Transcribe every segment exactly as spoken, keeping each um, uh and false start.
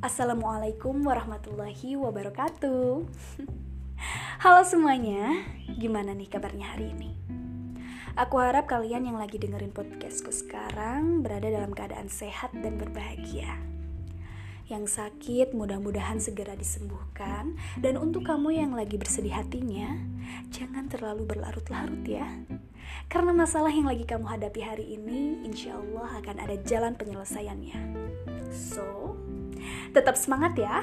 Assalamualaikum warahmatullahi wabarakatuh. Halo semuanya, gimana nih kabarnya hari ini? Aku harap kalian yang lagi dengerin podcastku sekarang berada dalam keadaan sehat dan berbahagia. Yang sakit mudah-mudahan segera disembuhkan. Dan untuk kamu yang lagi bersedih hatinya, jangan terlalu berlarut-larut ya. Karena masalah yang lagi kamu hadapi hari ini, insya Allah akan ada jalan penyelesaiannya. So, tetap semangat ya.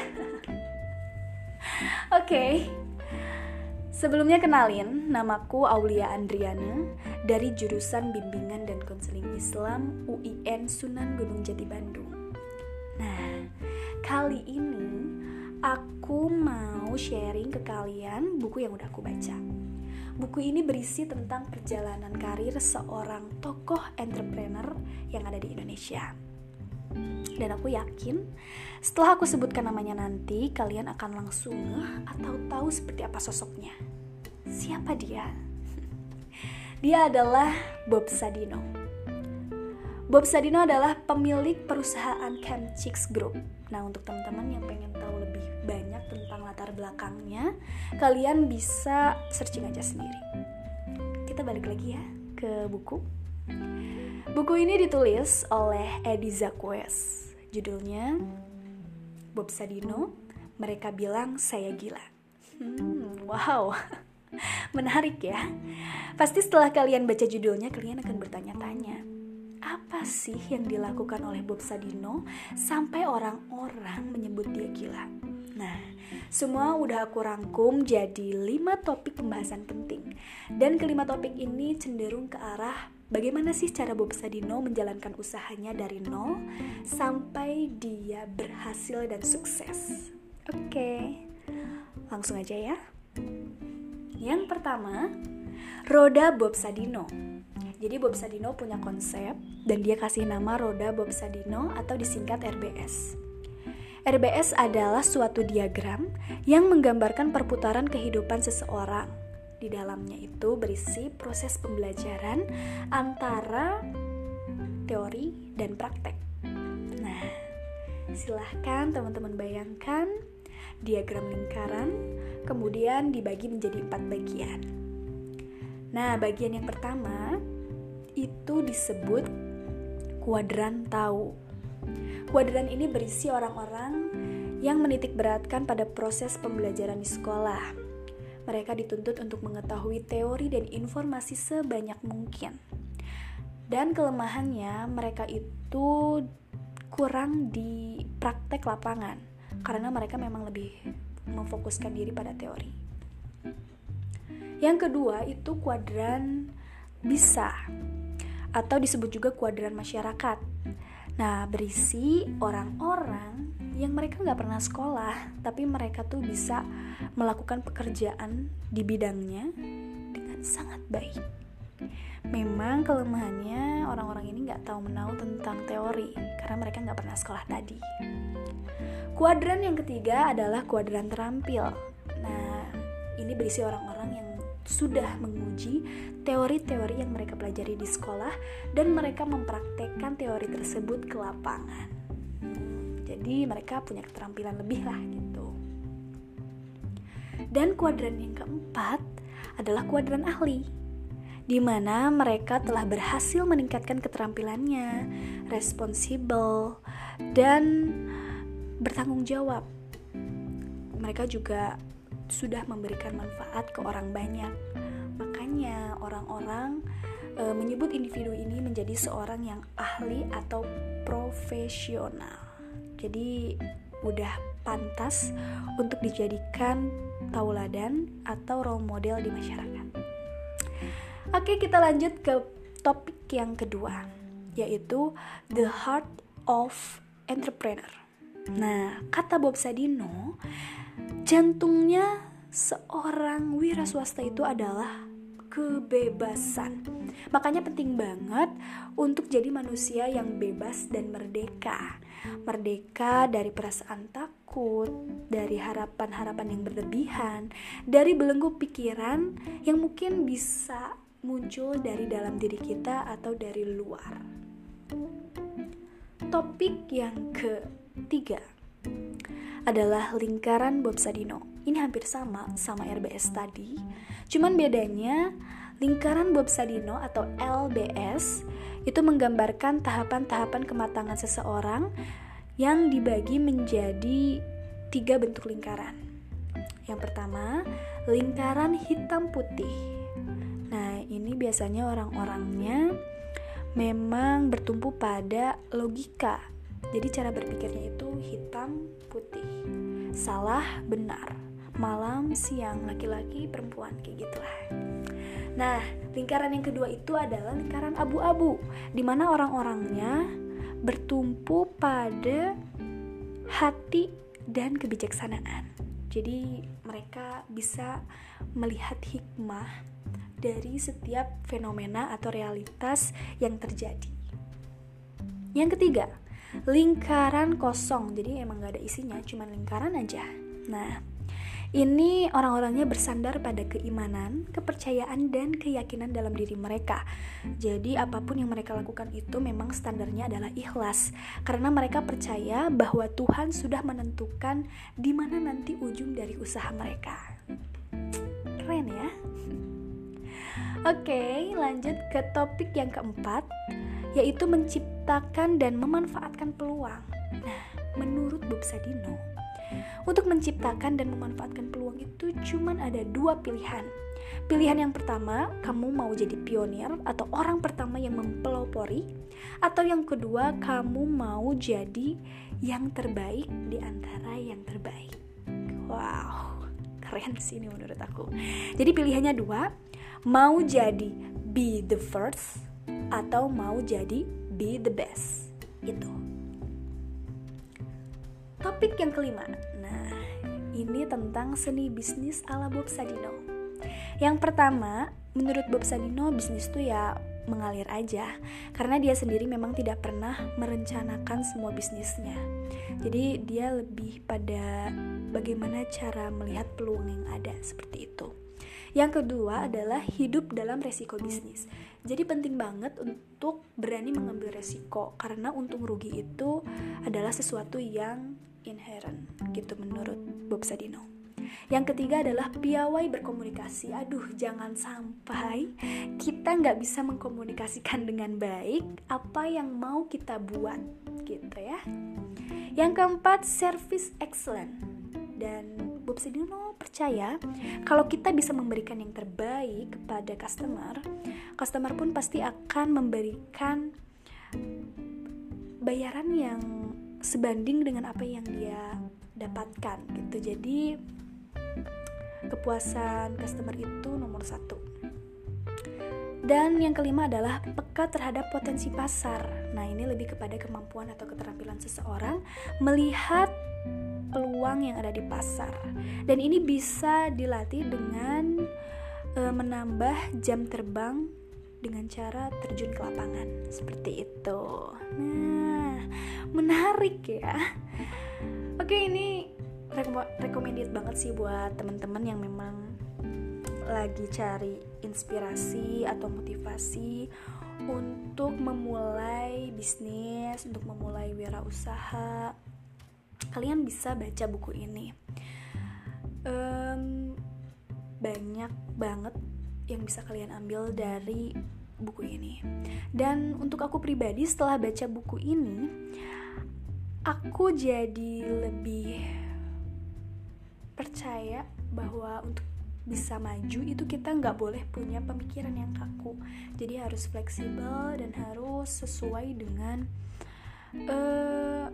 Oke, okay. Sebelumnya kenalin, namaku Aulia Andriana dari jurusan Bimbingan dan Konseling Islam U I N Sunan Gunung Jati Bandung. Nah, kali ini aku mau sharing ke kalian buku yang udah aku baca. Buku ini berisi tentang perjalanan karir seorang tokoh entrepreneur yang ada di Indonesia. Dan aku yakin setelah aku sebutkan namanya nanti kalian akan langsung ngeh atau tahu seperti apa sosoknya. Siapa dia? Dia adalah Bob Sadino. Bob Sadino adalah pemilik perusahaan Chemchix Group. Nah, untuk teman-teman yang pengen tahu lebih banyak tentang latar belakangnya, kalian bisa searching aja sendiri. Kita balik lagi ya ke buku. Buku ini ditulis oleh Eddie Zakowicz. Judulnya Bob Sadino, Mereka Bilang Saya Gila. Hmm, wow, menarik ya. Pasti setelah kalian baca judulnya, kalian akan bertanya-tanya, apa sih yang dilakukan oleh Bob Sadino sampai orang-orang menyebut dia gila? Nah, semua udah aku rangkum jadi lima topik pembahasan penting. Dan kelima topik ini cenderung ke arah bagaimana sih cara Bob Sadino menjalankan usahanya dari nol sampai dia berhasil dan sukses. Oke, langsung aja ya. Yang pertama, roda Bob Sadino. Jadi Bob Sadino punya konsep dan dia kasih nama roda Bob Sadino atau disingkat R B S. R B S adalah suatu diagram yang menggambarkan perputaran kehidupan seseorang. Di dalamnya itu berisi proses pembelajaran antara teori dan praktek. Nah, silahkan teman-teman bayangkan diagram lingkaran, kemudian dibagi menjadi empat bagian. Nah, bagian yang pertama itu disebut kuadran tahu. Kuadran ini berisi orang-orang yang menitik beratkan pada proses pembelajaran di sekolah. Mereka dituntut untuk mengetahui teori dan informasi sebanyak mungkin. Dan kelemahannya, mereka itu kurang di praktek lapangan karena mereka memang lebih memfokuskan diri pada teori. Yang kedua itu kuadran bisa atau disebut juga kuadran masyarakat. Nah, berisi orang-orang yang mereka gak pernah sekolah, tapi mereka tuh bisa melakukan pekerjaan di bidangnya dengan sangat baik. Memang kelemahannya orang-orang ini gak tahu menahu tentang teori, karena mereka gak pernah sekolah tadi. Kuadran yang ketiga adalah kuadran terampil. Nah, ini berisi orang-orang yang sudah menguji teori-teori yang mereka pelajari di sekolah dan mereka mempraktekkan teori tersebut ke lapangan. Jadi mereka punya keterampilan lebih lah gitu. Dan kuadran yang keempat adalah kuadran ahli, di mana mereka telah berhasil meningkatkan keterampilannya, responsibel, dan bertanggung jawab. Mereka juga sudah memberikan manfaat ke orang banyak. Makanya orang-orang e, menyebut individu ini menjadi seorang yang ahli atau profesional. Jadi udah pantas untuk dijadikan tauladan atau role model di masyarakat. Oke, kita lanjut ke topik yang kedua, yaitu the heart of entrepreneur. Nah, kata Bob Sadino, jantungnya seorang wira swasta itu adalah kebebasan. Makanya penting banget untuk jadi manusia yang bebas dan merdeka. Merdeka dari perasaan takut, dari harapan-harapan yang berlebihan, dari belenggu pikiran yang mungkin bisa muncul dari dalam diri kita atau dari luar. Topik yang ketiga, adalah lingkaran Bob Sadino. Ini hampir sama sama R B S tadi, cuman bedanya lingkaran Bob Sadino atau L B S itu menggambarkan tahapan-tahapan kematangan seseorang yang dibagi menjadi tiga bentuk lingkaran. Yang pertama, lingkaran hitam putih. Nah, ini biasanya orang-orangnya memang bertumpu pada logika. Jadi cara berpikirnya itu hitam putih, salah benar, malam siang, laki-laki perempuan, kayak gitulah. Nah, lingkaran yang kedua itu adalah lingkaran abu-abu, di mana orang-orangnya bertumpu pada hati dan kebijaksanaan. Jadi mereka bisa melihat hikmah dari setiap fenomena atau realitas yang terjadi. Yang ketiga, lingkaran kosong. Jadi emang gak ada isinya, cuma lingkaran aja. Nah, ini orang-orangnya bersandar pada keimanan, kepercayaan, dan keyakinan dalam diri mereka. Jadi apapun yang mereka lakukan itu memang standarnya adalah ikhlas, karena mereka percaya bahwa Tuhan sudah menentukan di mana nanti ujung dari usaha mereka. Keren ya? Oke, lanjut ke topik yang keempat, yaitu menciptakan dan memanfaatkan peluang. Nah, menurut Bob Sadino, untuk menciptakan dan memanfaatkan peluang itu cuma ada dua pilihan. Pilihan yang pertama, kamu mau jadi pionir atau orang pertama yang mempelopori, atau yang kedua, kamu mau jadi yang terbaik di antara yang terbaik. Wow, keren sih ini menurut aku. Jadi pilihannya dua, mau jadi be the first atau mau jadi be the best. Gitu. Topik yang kelima. Nah, ini tentang seni bisnis ala Bob Sadino. Yang pertama, menurut Bob Sadino, bisnis itu ya mengalir aja, karena dia sendiri memang tidak pernah merencanakan semua bisnisnya. Jadi dia lebih pada bagaimana cara melihat peluang yang ada, seperti itu. Yang kedua adalah hidup dalam resiko bisnis. Jadi penting banget untuk berani mengambil resiko, karena untung rugi itu adalah sesuatu yang inherent, gitu menurut Bob Sadino. Yang ketiga adalah piawai berkomunikasi. Aduh, jangan sampai kita nggak bisa mengkomunikasikan dengan baik apa yang mau kita buat, gitu ya. Yang keempat, service excellent. Dan Bob Sadino percaya kalau kita bisa memberikan yang terbaik kepada customer, customer pun pasti akan memberikan bayaran yang sebanding dengan apa yang dia dapatkan, gitu. Jadi kepuasan customer itu nomor satu. Dan yang kelima adalah peka terhadap potensi pasar. Nah, ini lebih kepada kemampuan atau keterampilan seseorang melihat peluang yang ada di pasar. Dan ini bisa dilatih dengan e, menambah jam terbang dengan cara terjun ke lapangan, seperti itu. Nah, menarik ya. Oke, ini rekom- recommended banget sih buat teman-teman yang memang lagi cari inspirasi atau motivasi untuk memulai bisnis, untuk memulai wirausaha. Kalian bisa baca buku ini. Um, banyak banget yang bisa kalian ambil dari buku ini. Dan untuk aku pribadi, setelah baca buku ini, aku jadi lebih percaya bahwa untuk bisa maju itu kita nggak boleh punya pemikiran yang kaku. Jadi harus fleksibel dan harus sesuai dengan uh,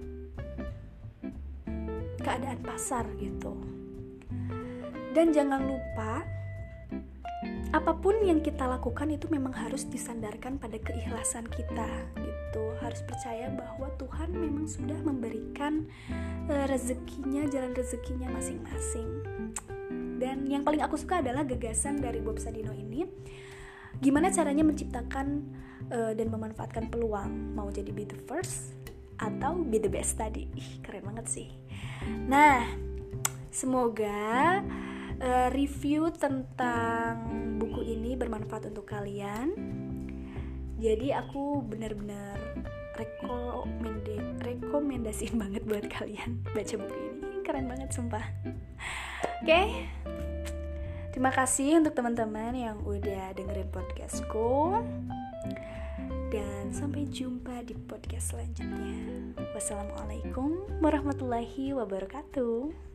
keadaan pasar, gitu. Dan jangan lupa, apapun yang kita lakukan itu memang harus disandarkan pada keikhlasan kita, gitu. Harus percaya bahwa Tuhan memang sudah memberikan uh, rezekinya, jalan rezekinya masing-masing. Dan yang paling aku suka adalah gagasan dari Bob Sadino ini. Gimana caranya menciptakan uh, dan memanfaatkan peluang, mau jadi be the first atau be the best tadi. Ih, keren banget sih. Nah, semoga uh, review tentang buku ini bermanfaat untuk kalian. Jadi aku benar-benar rekomenda rekomendasiin banget buat kalian baca buku ini, keren banget sumpah. Oke, okay. Terima kasih untuk teman-teman yang udah dengerin podcastku. Dan sampai jumpa di podcast selanjutnya. Wassalamualaikum warahmatullahi wabarakatuh.